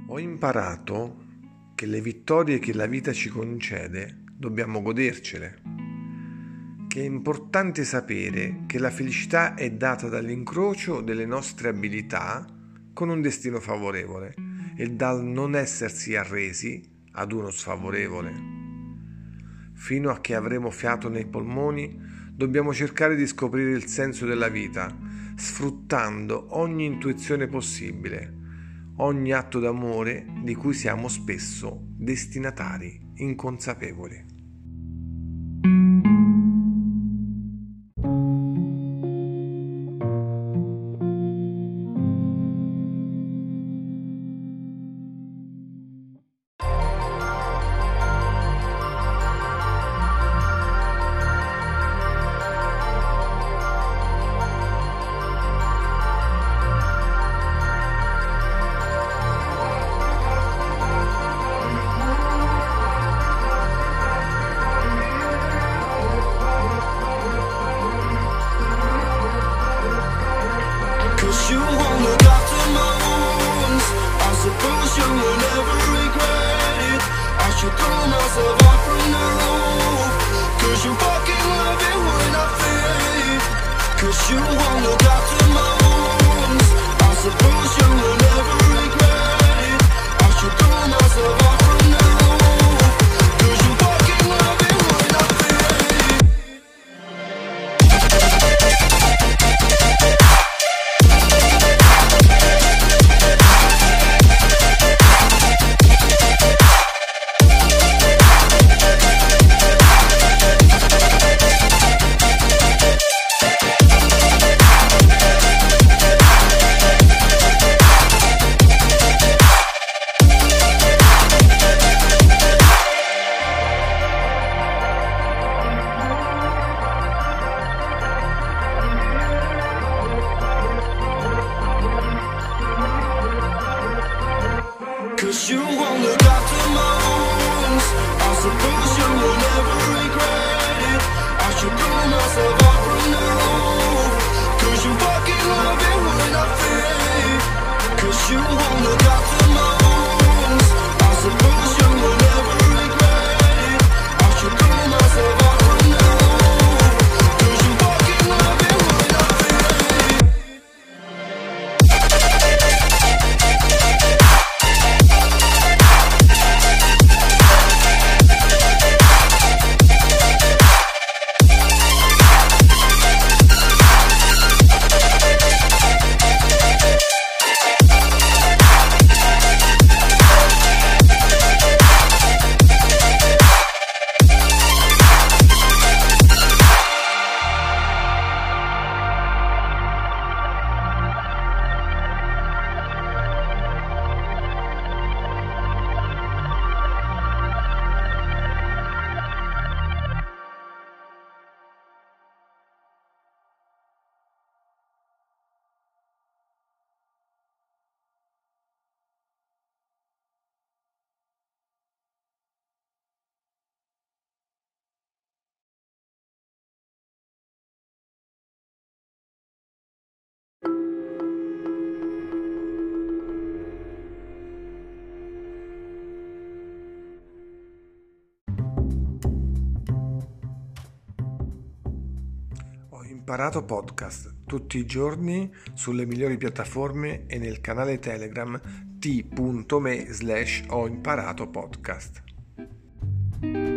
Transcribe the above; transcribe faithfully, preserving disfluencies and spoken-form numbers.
Ho imparato che le vittorie che la vita ci concede dobbiamo godercele, che è importante sapere che la felicità è data dall'incrocio delle nostre abilità con un destino favorevole e dal non essersi arresi ad uno sfavorevole. Fino a che avremo fiato nei polmoni, dobbiamo cercare di scoprire il senso della vita, sfruttando ogni intuizione possibile, ogni atto d'amore di cui siamo spesso destinatari inconsapevoli. You won't look after my wounds. I suppose you will never regret it. I should throw myself off from the roof, cause you fucking love it when I fade. Cause you won't look after my wounds. I suppose you will never regret it. I should throw myself off from the roof, cause you fucking love it when I fade. Cause you won't look after my wounds. I suppose you will never regret it. I should throw myself off from the roof, cause you fucking love it when I fade. Cause you won't look after my wounds. I suppose you will never regret it. I should throw myself off from the roof, cause you fucking love it when I fade. Ho imparato podcast tutti i giorni sulle migliori piattaforme e nel canale Telegram t punto me slash ho imparato podcast.